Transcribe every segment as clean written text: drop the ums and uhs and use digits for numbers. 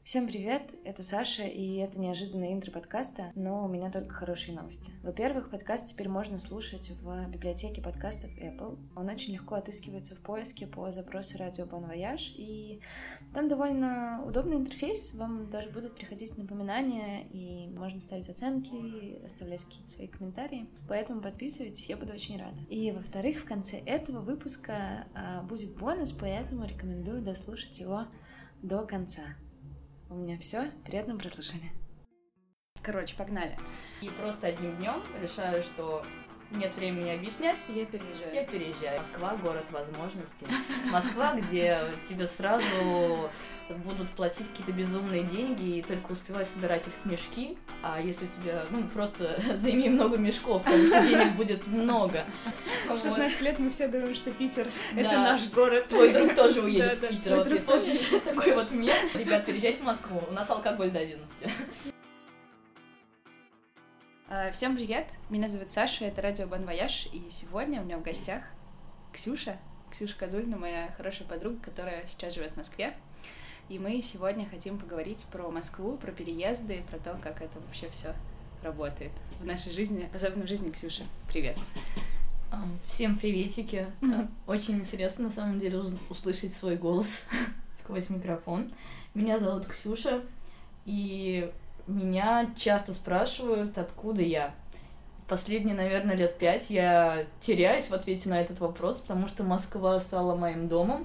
Всем привет, это Саша, и это неожиданное интро подкаста, но у меня только хорошие новости. Во-первых, подкаст теперь можно слушать в библиотеке подкастов Apple. Он очень легко отыскивается в поиске по запросу «Радио Bon Voyage», и там довольно удобный интерфейс, вам даже будут приходить напоминания, и можно ставить оценки, оставлять какие-то свои комментарии, поэтому подписывайтесь, я буду очень рада. И, во-вторых, в конце этого выпуска будет бонус, поэтому рекомендую дослушать его до конца. У меня все. Приятного прослушивания. Короче, погнали. И просто одним днем решаю, что нет времени объяснять. Я переезжаю. Москва — город возможностей. Москва, где тебе сразу будут платить какие-то безумные деньги, и только успевай собирать их в мешки. А если у тебя, просто займи много мешков, потому что денег будет много. В 16 лет мы все думаем, что Питер — это наш город. Твой друг тоже уедет в Питер. Вот я тоже такой вот мне. Ребят, переезжайте в Москву, у нас алкоголь до 11. Всем привет, меня зовут Саша, это радио Bon Voyage, и сегодня у меня в гостях Ксюша Козульна, моя хорошая подруга, которая сейчас живет в Москве. И мы сегодня хотим поговорить про Москву, про переезды, про то, как это вообще все работает в нашей жизни, особенно в жизни Ксюши. Привет. Всем приветики. Очень интересно, на самом деле, услышать свой голос сквозь микрофон. Меня зовут Ксюша, и меня часто спрашивают, откуда я. Последние, наверное, лет 5 я теряюсь в ответе на этот вопрос, потому что Москва стала моим домом,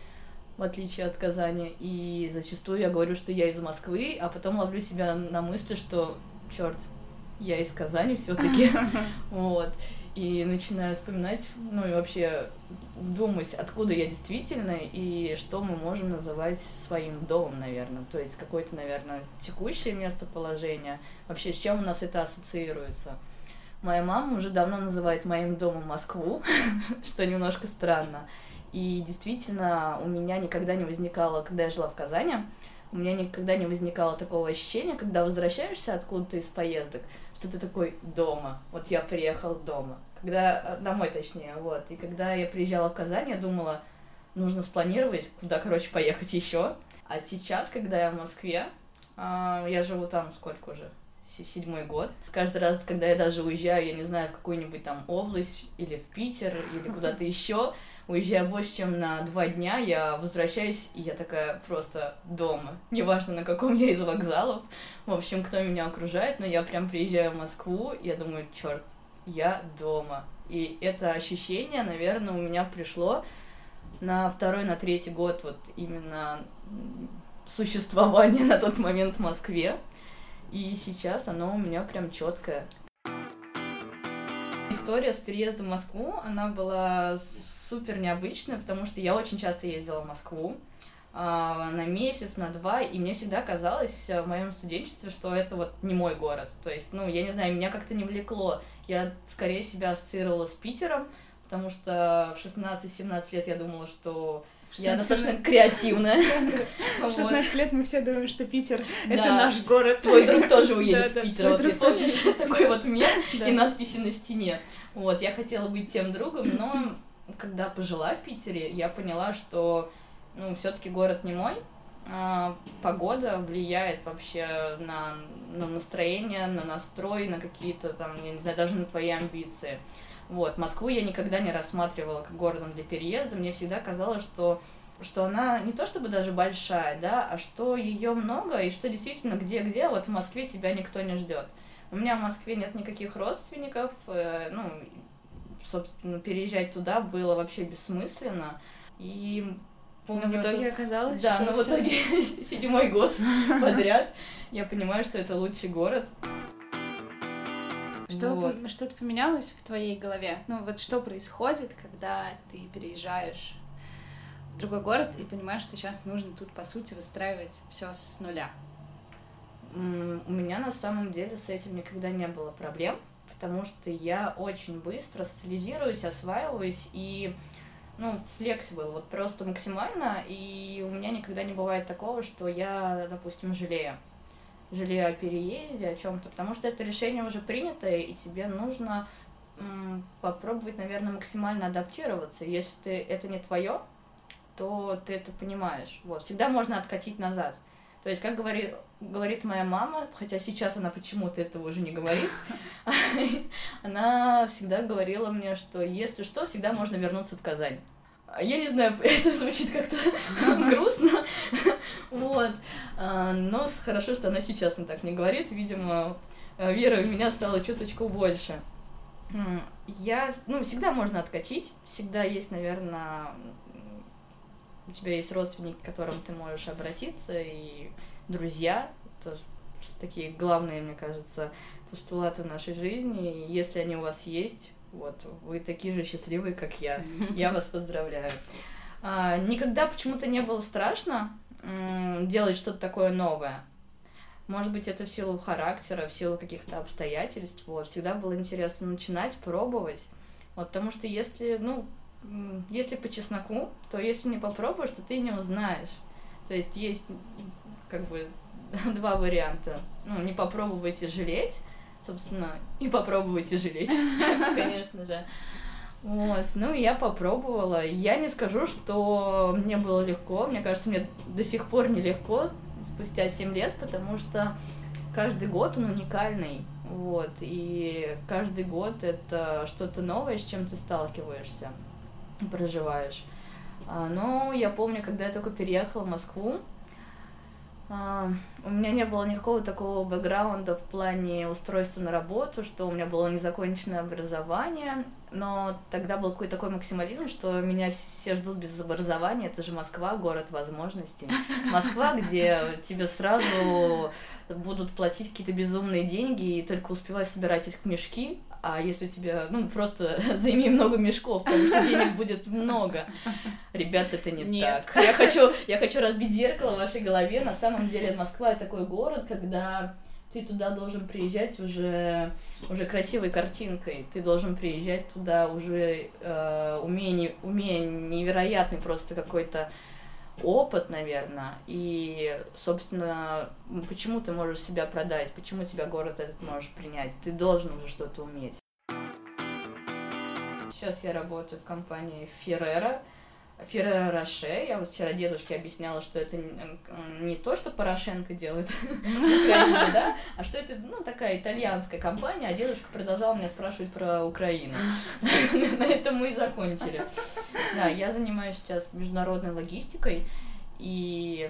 в отличие от Казани. И зачастую я говорю, что я из Москвы, а потом ловлю себя на мысли, что, черт, я из Казани все-таки. Вот. И начинаю вспоминать, и вообще думать, откуда я действительно, и что мы можем называть своим домом, наверное. То есть какое-то, наверное, текущее местоположение. Вообще, с чем у нас это ассоциируется. Моя мама уже давно называет моим домом Москву, что немножко странно. И действительно, у меня никогда не возникало, когда я жила в Казани, у меня никогда не возникало такого ощущения, когда возвращаешься откуда-то из поездок, что ты такой дома. Вот я приехал дома. Домой, точнее, вот. И когда я приезжала в Казань, я думала, нужно спланировать, куда, поехать еще. А сейчас, когда я в Москве, я живу там сколько уже? 7-й год. Каждый раз, когда я даже уезжаю, я не знаю, в какую-нибудь там область, или в Питер, или куда-то еще, уезжая больше, чем на 2 дня, я возвращаюсь, и я такая просто дома. Неважно, на каком я из вокзалов, в общем, кто меня окружает, но я прям приезжаю в Москву, и я думаю, черт, я дома. И это ощущение, наверное, у меня пришло на 2-й, на 3-й год вот именно существования на тот момент в Москве. И сейчас оно у меня прям четкое. История с переездом в Москву, она была супер необычная, потому что я очень часто ездила в Москву на месяц, на 2, и мне всегда казалось в моем студенчестве, что это вот не мой город. То есть, я не знаю, меня как-то не влекло. Я скорее себя ассоциировала с Питером, потому что в 16-17 лет я думала, что я достаточно креативная. В 16 лет мы все думаем, что Питер — это наш город. Твой друг тоже уедет в Питер. Вот я тоже такой вот мне и надписи на стене. Вот, я хотела быть тем другом, но когда пожила в Питере, я поняла, что, все-таки город не мой. Погода влияет вообще на настроение, на настрой, на какие-то там, я не знаю, даже на твои амбиции. Вот, Москву я никогда не рассматривала как городом для переезда. Мне всегда казалось, что она не то чтобы даже большая, да, а что ее много, и что действительно где-где, вот в Москве тебя никто не ждет. У меня в Москве нет никаких родственников, собственно, переезжать туда было вообще бессмысленно. И помню, в итоге оказалось, да, что... в итоге 7-й год подряд я понимаю, что это лучший город. Что-то поменялось в твоей голове? Что происходит, когда ты переезжаешь в другой город и понимаешь, что сейчас нужно тут, по сути, выстраивать все с нуля? У меня на самом деле с этим никогда не было проблем, потому что я очень быстро социализируюсь, осваиваюсь и, flexible, вот просто максимально, и у меня никогда не бывает такого, что я, допустим, жалею о переезде, о чем-то, потому что это решение уже принятое, и тебе нужно попробовать, наверное, максимально адаптироваться. Если это не твое, то ты это понимаешь. Вот. Всегда можно откатить назад. То есть, как говорит моя мама, хотя сейчас она почему-то этого уже не говорит, она всегда говорила мне, что если что, всегда можно вернуться в Казань. Я не знаю, это звучит как-то грустно, вот, но хорошо, что она сейчас так не говорит, видимо, веры в меня стало чуточку больше. Всегда можно откатить, всегда есть, наверное, у тебя есть родственники, к которым ты можешь обратиться, и друзья, тоже такие главные, мне кажется, постулаты нашей жизни, и если они у вас есть, вот, вы такие же счастливые, как я вас поздравляю. Никогда почему-то не было страшно делать что-то такое новое. Может быть, это в силу характера, в силу каких-то обстоятельств. Вот. Всегда было интересно начинать, пробовать. Вот, потому что если по чесноку, то если не попробуешь, то ты не узнаешь. То есть есть как бы два варианта. Не попробовать и жалеть, собственно, и попробовать и жалеть, конечно же. Вот, я попробовала. Я не скажу, что мне было легко. Мне кажется, мне до сих пор нелегко, спустя 7 лет, потому что каждый год он уникальный. Вот, и каждый год это что-то новое, с чем ты сталкиваешься, проживаешь. Но я помню, когда я только переехала в Москву, у меня не было никакого такого бэкграунда в плане устройства на работу, что у меня было незаконченное образование, но тогда был какой-то такой максимализм, что меня все ждут без образования, это же Москва, город возможностей. Москва, где тебе сразу будут платить какие-то безумные деньги, и только успевай собирать их в мешки, а если у тебя, просто займи много мешков, потому что денег будет много. Ребят, это не Нет. так. Я хочу разбить зеркало в вашей голове. На самом деле Москва — это такой город, когда ты туда должен приезжать уже красивой картинкой. Ты должен приезжать туда уже умея невероятный просто какой-то опыт, наверное, и, собственно, почему ты можешь себя продать, почему тебя город этот можешь принять, ты должен уже что-то уметь. Сейчас я работаю в компании Ferrero Rocher. Я вчера дедушке объясняла, что это не то, что Порошенко делает в Украине, да, а что это, такая итальянская компания, а дедушка продолжал меня спрашивать про Украину. На этом мы и закончили. Да, я занимаюсь сейчас международной логистикой, и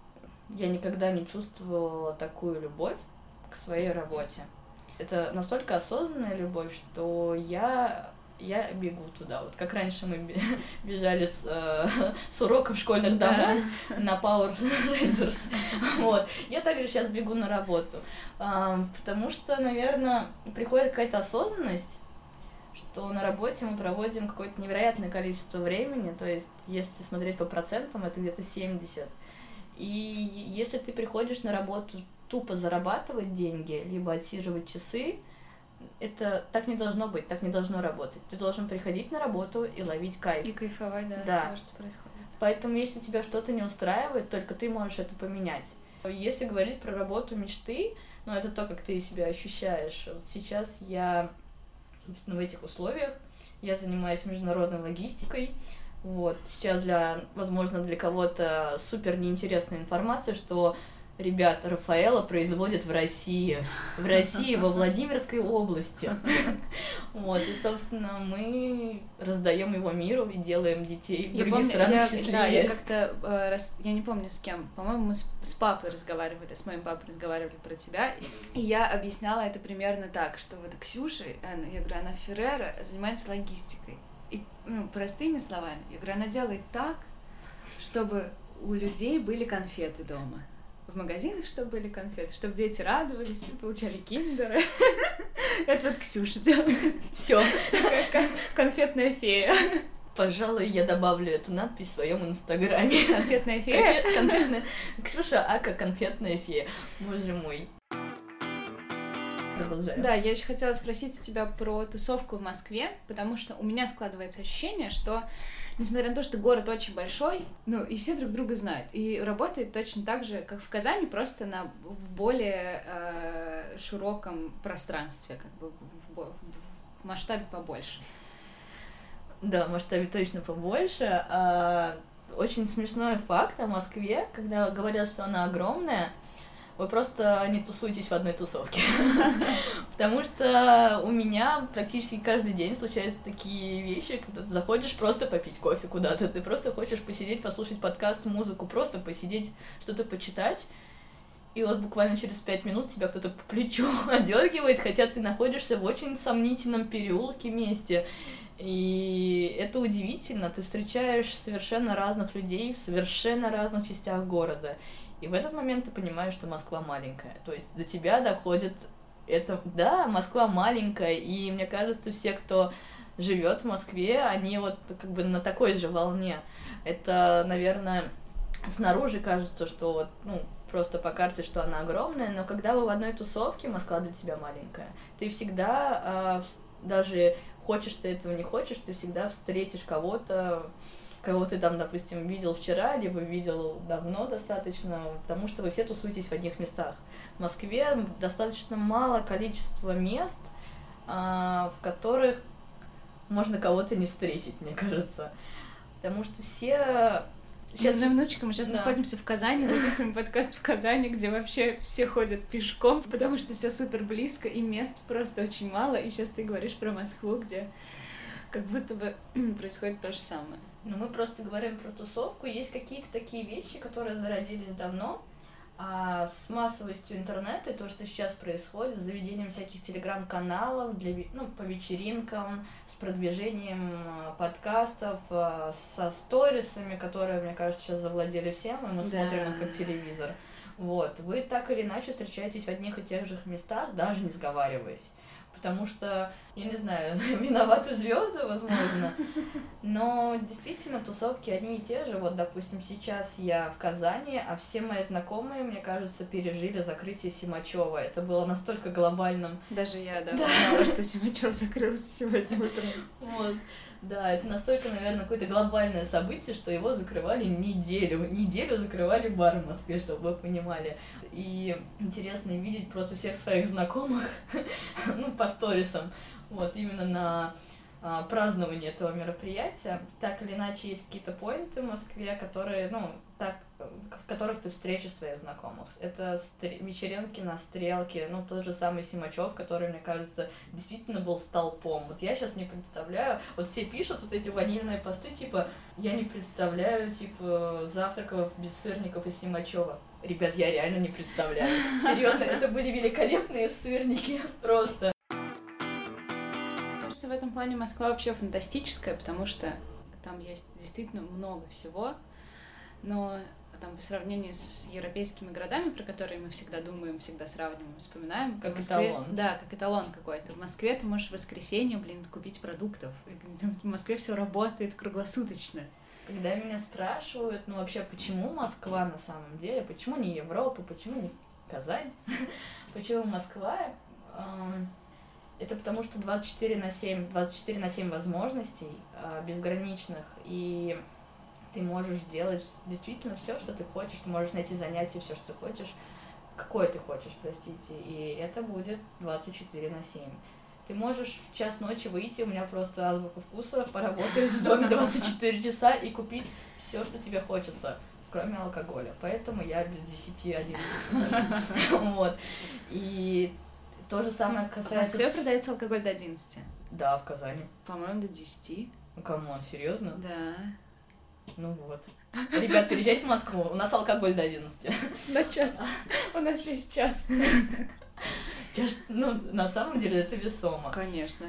я никогда не чувствовала такую любовь к своей работе. Это настолько осознанная любовь, что я бегу туда. Вот как раньше мы бежали с уроков школьных домой на Power Rangers. Вот. Я также сейчас бегу на работу. Потому что, наверное, приходит какая-то осознанность, что на работе мы проводим какое-то невероятное количество времени. То есть, если смотреть по процентам, это где-то 70. И если ты приходишь на работу тупо зарабатывать деньги, либо отсиживать часы, это так не должно быть, так не должно работать. Ты должен приходить на работу и ловить кайф. И кайфовать, да, от всего, что происходит. Поэтому, если тебя что-то не устраивает, только ты можешь это поменять. Если говорить про работу мечты, это то, как ты себя ощущаешь. Вот сейчас я, собственно, в этих условиях, я занимаюсь международной логистикой. Вот. Сейчас, возможно, для кого-то супер неинтересная информация, что ребята, Рафаэлло производят в России, во Владимирской области. Вот, и, собственно, мы раздаем его миру и делаем детей в других странах счастливее. Да, я как-то, я не помню с кем, по-моему, мы с папой разговаривали, с моим папой разговаривали про тебя, и я объясняла это примерно так, что вот Ксюша, я говорю, она Ferrero занимается логистикой. И, простыми словами, я говорю, она делает так, чтобы у людей были конфеты дома. В магазинах, чтобы были конфеты, чтобы дети радовались, получали киндеры. Это вот Ксюша делает. Все. Конфетная фея. Пожалуй, я добавлю эту надпись в своем инстаграме. Конфетная фея. Ксюша Ака, конфетная фея. Боже мой. Продолжаем. Да, я еще хотела спросить тебя про тусовку в Москве, потому что у меня складывается ощущение, что, несмотря на то, что город очень большой, и все друг друга знают, и работает точно так же, как в Казани, просто в более широком пространстве, как бы в масштабе побольше. Да, в масштабе точно побольше. очень смешной факт о Москве, когда говорят, что она огромная, вы просто не тусуетесь в одной тусовке. Потому что у меня практически каждый день случаются такие вещи, когда ты заходишь просто попить кофе куда-то, ты просто хочешь посидеть, послушать подкаст, музыку, просто посидеть, что-то почитать, и вот буквально через 5 минут тебя кто-то по плечу одергивает, хотя ты находишься в очень сомнительном переулке месте. И это удивительно, ты встречаешь совершенно разных людей в совершенно разных частях города. И в этот момент ты понимаешь, что Москва маленькая. То есть до тебя доходит это... Да, Москва маленькая, и мне кажется, все, кто живет в Москве, они вот как бы на такой же волне. Это, наверное, снаружи кажется, что вот, ну, просто по карте, что она огромная, но когда вы в одной тусовке, Москва для тебя маленькая, ты всегда, даже хочешь ты этого, не хочешь, ты всегда встретишь кого-то, кого ты там, допустим, видел вчера, либо видел давно достаточно, потому что вы все тусуетесь в одних местах. В Москве достаточно мало количества мест, в которых можно кого-то не встретить, мне кажется. Потому что все... Сейчас, внучка, мы сейчас находимся в Казани, записываем подкаст в Казани, где вообще все ходят пешком, потому что все супер близко, и мест просто очень мало. И сейчас ты говоришь про Москву, где как будто бы происходит то же самое. Но мы просто говорим про тусовку. Есть какие-то такие вещи, которые зародились давно, а с массовостью интернета и то, что сейчас происходит, с заведением всяких телеграм-каналов по вечеринкам, с продвижением подкастов, со сторисами, которые, мне кажется, сейчас завладели всем, и мы смотрим их как телевизор. Вот. Вы так или иначе встречаетесь в одних и тех же местах, даже не сговариваясь. Потому что, я не знаю, виноваты звезды, возможно, но действительно тусовки одни и те же. Вот, допустим, сейчас я в Казани, а все мои знакомые, мне кажется, пережили закрытие Симачева. Это было настолько глобальным. Даже я, да, узнала, что Симачев закрылся сегодня утром. Вот. Да, это настолько, наверное, какое-то глобальное событие, что его закрывали неделю. Неделю закрывали бар в Москве, чтобы вы понимали. И интересно видеть просто всех своих знакомых, ну, по сторисам, вот, именно на празднование этого мероприятия. Так или иначе, есть какие-то поинты в Москве, которые, ну, так, в которых ты встретишь своих знакомых. Это вечеринки на Стрелке, ну, тот же самый Симачев, который, мне кажется, действительно был столпом. Вот я сейчас не представляю, вот все пишут вот эти ванильные посты, типа, я не представляю, типа, завтраков без сырников из Симачева. Ребят, я реально не представляю. Серьезно, это были великолепные сырники, просто. В этом плане Москва вообще фантастическая, потому что там есть действительно много всего, но там по сравнению с европейскими городами, про которые мы всегда думаем, всегда сравниваем, вспоминаем. Как Москве, эталон. Да, как эталон какой-то. В Москве ты можешь в воскресенье, купить продуктов. В Москве все работает круглосуточно. Когда меня спрашивают, ну вообще, почему Москва на самом деле, почему не Европа, почему не Казань, почему Москва, это потому что 24 на 7 возможностей безграничных, и ты можешь сделать действительно все, что ты хочешь, ты можешь найти занятие, все, что ты хочешь, какое ты хочешь, простите, и это будет 24 на 7. Ты можешь в час ночи выйти, у меня просто азбука вкуса, поработать в доме 24 часа и купить все, что тебе хочется, кроме алкоголя. Поэтому я без 10-11. Вот. И то же самое касается... В Москве продается алкоголь до 11. Да, в Казани. По-моему, до 10. Ну, камон, серьезно? Да. Ну вот. Ребят, переезжайте в Москву, у нас алкоголь до 11. На час. У нас есть час. Ну, на самом деле это весомо. Конечно.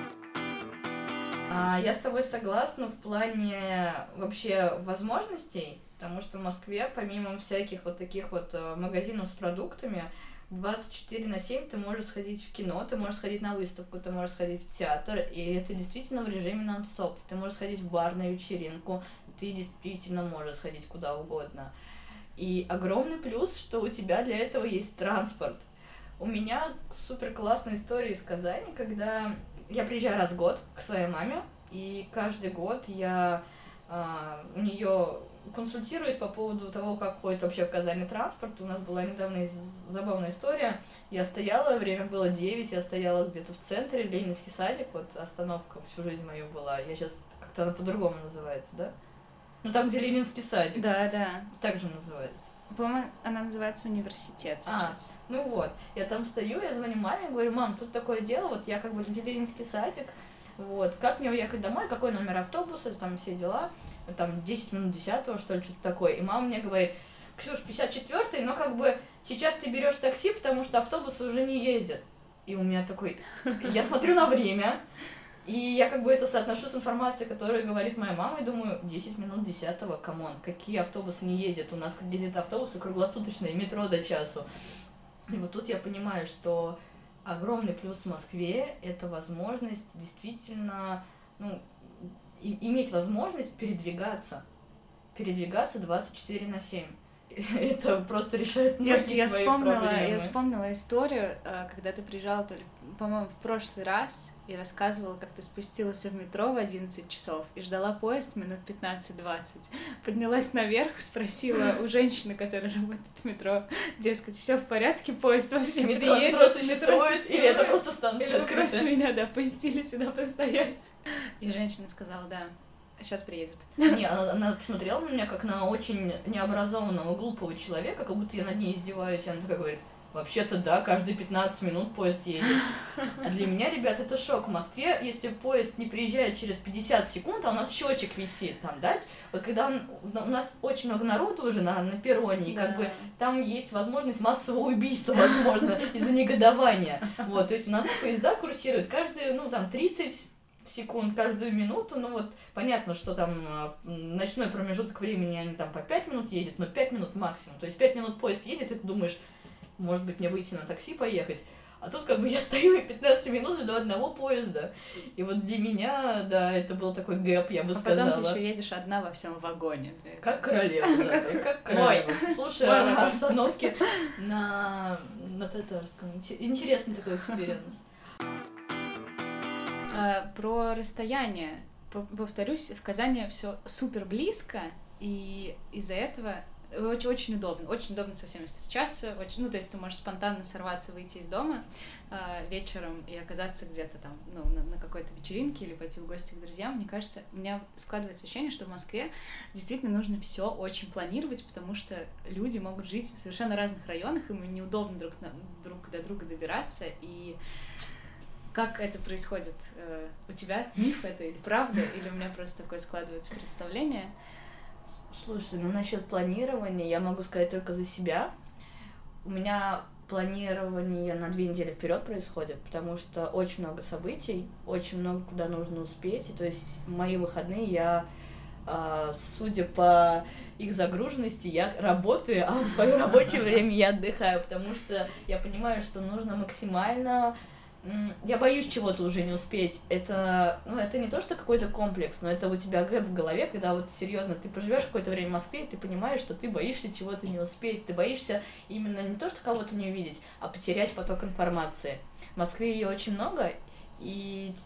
Я с тобой согласна в плане вообще возможностей, потому что в Москве, помимо всяких вот таких вот магазинов с продуктами, 24 на 7 ты можешь сходить в кино, ты можешь сходить на выставку, ты можешь сходить в театр, и это действительно в режиме нон-стоп. Ты можешь сходить в бар на вечеринку, ты действительно можешь сходить куда угодно. И огромный плюс, что у тебя для этого есть транспорт. У меня супер классная история из Казани, когда я приезжаю раз в год к своей маме, и каждый год я у нее консультируюсь по поводу того, как ходит вообще в Казани транспорт. У нас была недавно забавная история. Я стояла, время было 9, я стояла где-то в центре, Ленинский садик, вот остановка всю жизнь мою была. Я сейчас, как-то она по-другому называется, да? Ну, там, где Ленинский садик. Да. Так же называется. По-моему, она называется университет сейчас. Ну вот, я там стою, я звоню маме, говорю: мам, тут такое дело, вот я как бы где Ленинский садик, вот, как мне уехать домой, какой номер автобуса, там все дела, там 10 минут 10-го, что ли, что-то такое. И мама мне говорит: Ксюш, 54-й, но как бы сейчас ты берешь такси, потому что автобусы уже не ездят. И у меня такой... Я смотрю на время, и я как бы это соотношу с информацией, которую говорит моя мама, и думаю: 10 минут 10-го, камон, какие автобусы не ездят? У нас ездят автобусы круглосуточные, метро до часу. И вот тут я понимаю, что огромный плюс в Москве — это возможность действительно, иметь возможность передвигаться 24/7. Это просто решает многие твои проблемы. Я вспомнила историю, когда ты приезжала, по-моему, в прошлый раз и рассказывала, как ты спустилась в метро в 11 часов и ждала поезд минут 15-20. Поднялась наверх, спросила у женщины, которая работает в метро, дескать, все в порядке, поезд вообще приедет. Метро существует, или это просто станция или открытая? просто меня, пустили сюда постоять. И женщина сказала: да, сейчас приедет. Не, она посмотрела на меня как на очень необразованного, глупого человека, как будто я над ней издеваюсь, и она такая говорит: вообще-то да, каждые 15 минут поезд едет. А для меня, ребят, это шок. В Москве, если поезд не приезжает через 50 секунд, а у нас счетчик висит там, да? Вот когда у нас очень много народу уже на перроне, и как бы там есть возможность массового убийства, возможно, из-за негодования. Вот, то есть у нас поезда курсируют каждые, 30 секунд, каждую минуту, понятно, что там ночной промежуток времени они там по 5 минут ездят, но 5 минут максимум. То есть 5 минут поезд ездит, и ты думаешь: может быть, мне выйти на такси поехать? А тут как бы я стою и 15 минут жду одного поезда. И вот для меня, да, это был такой гэп, я бы сказала. А потом ты еще едешь одна во всем вагоне. Как королева, да, как королева. Слушай, остановки на татарском. Интересный такой экспириенс. Про расстояние. Повторюсь, в Казани все супер близко, и из-за этого очень удобно. Очень удобно со всеми встречаться. То есть ты можешь спонтанно сорваться, выйти из дома вечером и оказаться где-то там, на какой-то вечеринке или пойти в гости к друзьям. Мне кажется, у меня складывается ощущение, что в Москве действительно нужно все очень планировать, потому что люди могут жить в совершенно разных районах, им неудобно друг до друга добираться, и как это происходит? У тебя миф это или правда? Или у меня просто такое складывается представление? Слушай, насчет планирования я могу сказать только за себя. У меня планирование на 2 недели вперед происходит, потому что очень много событий, очень много куда нужно успеть. И то есть мои выходные я, судя по их загруженности, я работаю, а в свое рабочее время я отдыхаю, потому что я понимаю, что нужно максимально... Я боюсь чего-то уже не успеть. Это не то, что какой-то комплекс, но это у тебя гэп в голове, когда вот серьезно ты поживешь какое-то время в Москве, и ты понимаешь, что ты боишься чего-то не успеть. Ты боишься именно не то, что кого-то не увидеть, а потерять поток информации. В Москве ее очень много, и,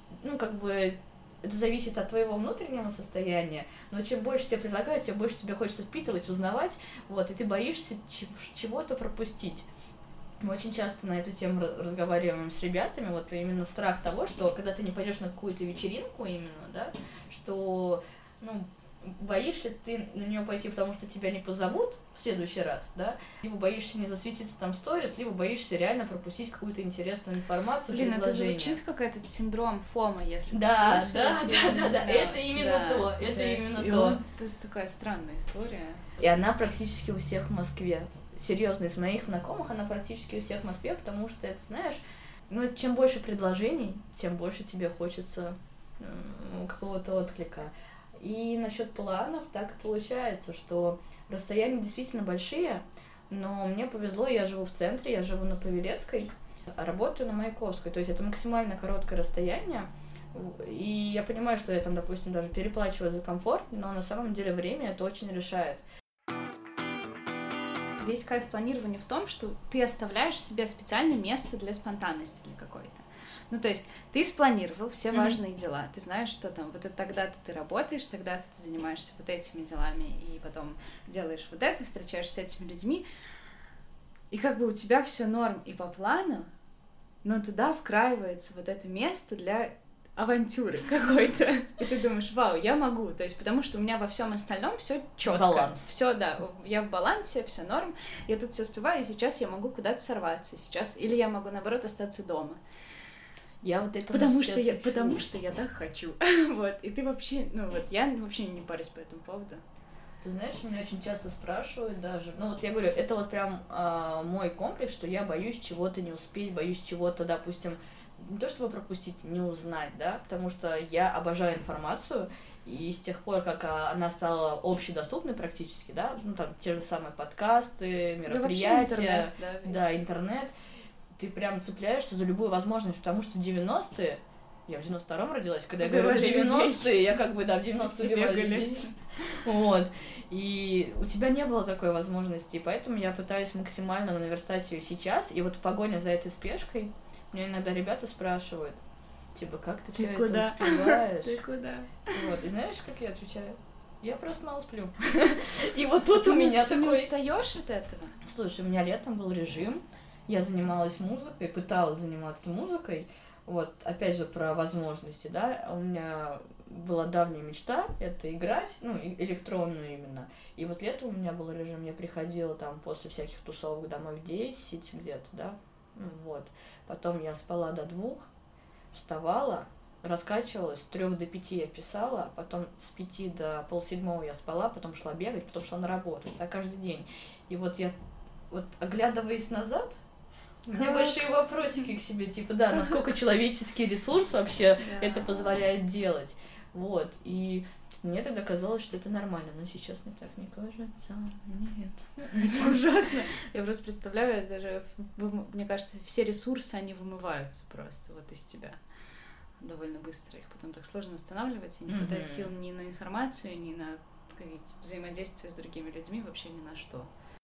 это зависит от твоего внутреннего состояния, но чем больше тебе предлагают, тем больше тебе хочется впитывать, узнавать, и ты боишься чего-то пропустить. Мы очень часто на эту тему разговариваем с ребятами, именно страх того, что когда ты не пойдешь на какую-то вечеринку именно, да, что, боишься ты на нее пойти, потому что тебя не позовут в следующий раз, да, либо боишься не засветиться там в сторис, либо боишься реально пропустить какую-то интересную информацию, предложение. Это звучит как этот синдром ФОМа, если да, ты слышала. Да, это именно то, это именно то. Это такая странная история. И она практически у всех в Москве. Серьезно, из моих знакомых она практически у всех в Москве, потому что, это, знаешь, чем больше предложений, тем больше тебе хочется какого-то отклика. И насчет планов так и получается, что расстояния действительно большие, но мне повезло, я живу в центре, я живу на Павелецкой, а работаю на Маяковской, то есть это максимально короткое расстояние, и я понимаю, что я там, допустим, даже переплачиваю за комфорт, но на самом деле время это очень решает. Весь кайф планирования в том, что ты оставляешь себе специальное место для спонтанности для какой-то. То есть ты спланировал все важные дела, ты знаешь, что там вот это тогда-то ты работаешь, тогда-то ты занимаешься вот этими делами, и потом делаешь вот это, встречаешься с этими людьми, и как бы у тебя все норм и по плану, но туда вкраивается вот это место для авантюры какой-то. И ты думаешь, вау, я могу. То есть, потому что у меня во всем остальном все четко. Баланс. Все, да, я в балансе, все норм. Я тут все успеваю, и сейчас я могу куда-то сорваться. Сейчас, или я могу, наоборот, остаться дома. Я вот это Потому что я так хочу. Вот. И ты вообще, я вообще не парюсь по этому поводу. Ты знаешь, меня очень часто спрашивают даже, вот я говорю, это вот прям мой комплекс, что я боюсь чего-то не успеть, боюсь чего-то, допустим, не то чтобы пропустить, не узнать, да, потому что я обожаю информацию, и с тех пор, как она стала общедоступной практически, да, там те же самые подкасты, мероприятия, интернет, ты прям цепляешься за любую возможность, потому что в 90-е, я в 92-м родилась, когда я говорю в 90-е, я как бы, в 90-е убивали людей. Вот. И у тебя не было такой возможности, и поэтому я пытаюсь максимально наверстать ее сейчас, и вот в погоне за этой спешкой меня иногда ребята спрашивают, типа, как ты все это успеваешь? Ты куда? Вот. И знаешь, как я отвечаю? Я просто мало сплю. И вот тут у меня такой... Ты не устаёшь от этого? Слушай, у меня летом был режим, я занималась музыкой, пыталась заниматься музыкой, вот, опять же, про возможности, да, у меня была давняя мечта, это играть, электронную именно, и вот летом у меня был режим, я приходила там после всяких тусовок домой в 10 где-то, да, вот, потом я спала до 2, вставала, раскачивалась, с 3 до 5 я писала, потом с 5 до 6:30 я спала, потом шла бегать, потом шла на работу, так каждый день, и вот я, оглядываясь назад, у меня большие вопросики к себе, типа, да, насколько человеческий ресурс вообще это позволяет делать, вот, и мне тогда казалось, что это нормально, но сейчас мне так не кажется, нет. Это ужасно. Я просто представляю, даже, мне кажется, все ресурсы, они вымываются просто вот из тебя довольно быстро, их потом так сложно восстанавливать, и не хватает сил ни на информацию, ни на взаимодействие с другими людьми, вообще ни на что.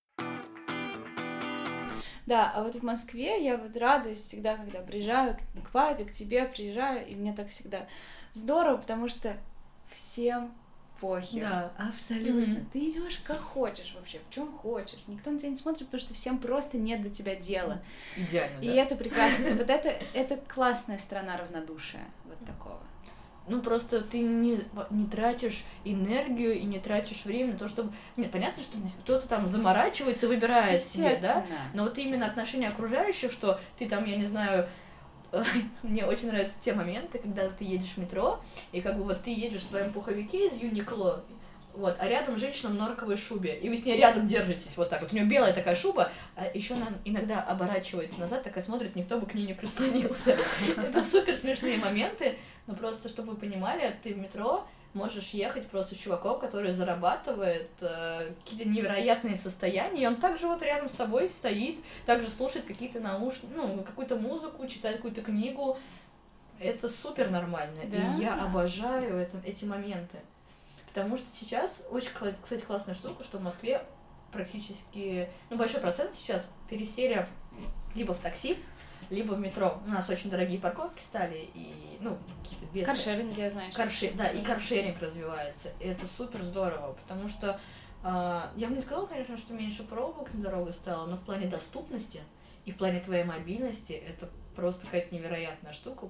Да, а вот в Москве я вот радуюсь всегда, когда приезжаю к папе, к тебе приезжаю, и мне так всегда здорово, потому что всем похер. Да. Абсолютно. Ты идешь как хочешь вообще, в чем хочешь. Никто на тебя не смотрит, потому что всем просто нет до тебя дела. Идеально, и это прекрасно. Вот это классная сторона равнодушия, вот такого. Просто ты не тратишь энергию и не тратишь время на то, чтобы... Нет, понятно, что кто-то там заморачивается, выбирает себе, да? Но вот именно отношение окружающих, что ты там, я не знаю... Мне очень нравятся те моменты, когда ты едешь в метро, и как бы вот ты едешь в своем пуховике из Юникло, вот, а рядом женщина в норковой шубе, и вы с ней рядом держитесь, вот так вот. У нее белая такая шуба, а еще она иногда оборачивается назад, такая смотрит, никто бы к ней не прислонился. Это супер смешные моменты, но просто, чтобы вы понимали, ты в метро можешь ехать просто с чуваком, который зарабатывает какие-то невероятные состояния, и он также вот рядом с тобой стоит, также слушает какие-то какую-то музыку, читает какую-то книгу. Это супер нормально, да. И я обожаю эти моменты. Потому что сейчас очень, кстати, классная штука, что в Москве практически, большой процент сейчас пересели либо в такси, либо в метро. У нас очень дорогие парковки стали, и, какие-то без... Каршеринг, я знаю. Да, и каршеринг развивается. И это супер здорово, потому что я бы не сказала, конечно, что меньше пробок на дорогах стало, но в плане доступности и в плане твоей мобильности это просто какая-то невероятная штука.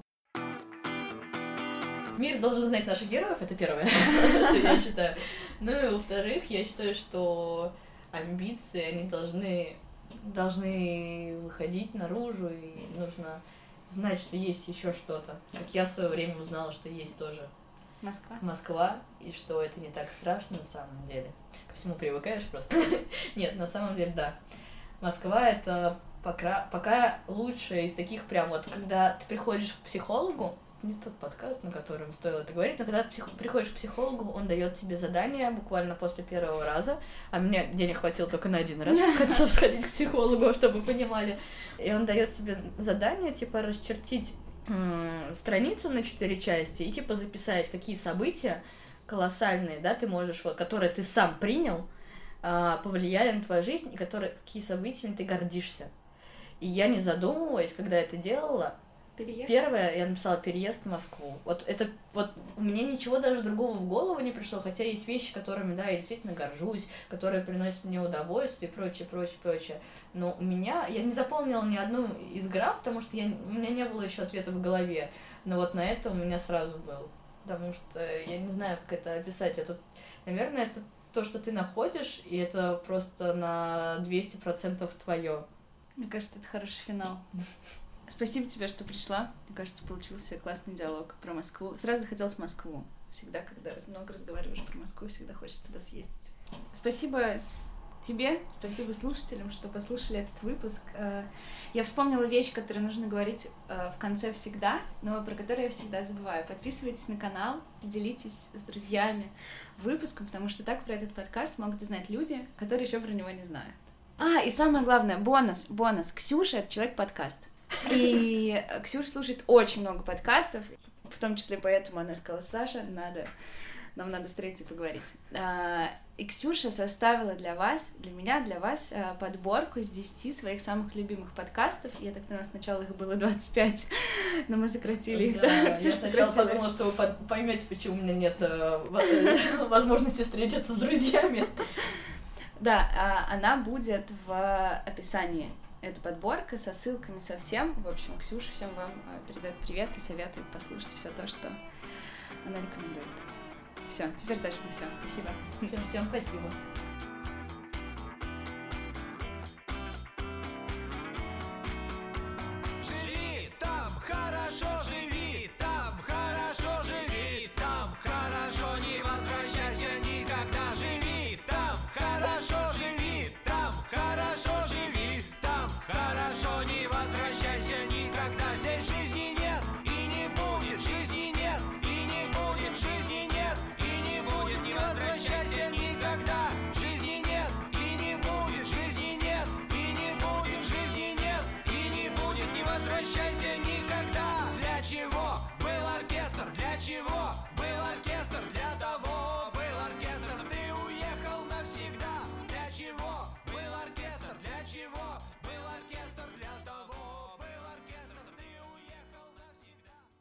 Мир должен знать наших героев, это первое, что я считаю. И во-вторых, я считаю, что амбиции, они должны выходить наружу, и нужно знать, что есть еще что-то. Как я в свое время узнала, что есть тоже Москва, и что это не так страшно на самом деле. Ко всему привыкаешь просто. Нет, на самом деле, да. Москва — это пока лучшая из таких прям вот, когда ты приходишь к психологу, не тот подкаст, на котором стоило это говорить, но когда ты приходишь к психологу, он дает тебе задание буквально после первого раза, а мне денег хватило только на один раз, чтобы сходить к психологу, чтобы вы понимали. И он дает тебе задание, типа, расчертить страницу на 4 части и, типа, записать, какие события колоссальные, да, ты можешь, которые ты сам принял, повлияли на твою жизнь, и какие событиями ты гордишься. И я не задумываясь, когда это делала, Переезд? Первое, я написала переезд в Москву. Вот это вот у меня ничего даже другого в голову не пришло, хотя есть вещи, которыми, да, я действительно горжусь, которые приносят мне удовольствие и прочее, прочее, прочее. Но я не заполнила ни одну из граф, потому что у меня не было еще ответа в голове. Но вот на это у меня сразу был. Потому что я не знаю, как это описать. Наверное, это то, что ты находишь, и это просто на 200% твое. Мне кажется, это хороший финал. Спасибо тебе, что пришла. Мне кажется, получился классный диалог про Москву. Сразу захотелось в Москву. Всегда, когда много разговариваешь про Москву, всегда хочется туда съездить. Спасибо тебе, спасибо слушателям, что послушали этот выпуск. Я вспомнила вещь, которую нужно говорить в конце всегда, но про которую я всегда забываю. Подписывайтесь на канал, делитесь с друзьями выпуском, потому что так про этот подкаст могут узнать люди, которые еще про него не знают. И самое главное, бонус. Ксюша — это человек-подкаст. И Ксюша слушает очень много подкастов, в том числе поэтому она сказала: Саша, нам надо встретиться и поговорить. И Ксюша составила для меня, для вас подборку из 10 своих самых любимых подкастов. Я так поняла, сначала их было 25, но мы сократили их. Да, я сначала подумала, что вы поймете, почему у меня нет возможности встретиться с друзьями. Да, она будет в описании. Эта подборка со ссылками совсем. В общем, Ксюша всем вам передает привет и советует послушать все то, что она рекомендует. Все, теперь точно все. Спасибо. Всем спасибо. Живи там хорошо, живи там хорошо, живи там хорошо, не возвращайся никогда. Живи там хорошо, живи там хорошо, живи там хорошо, не возвращайся.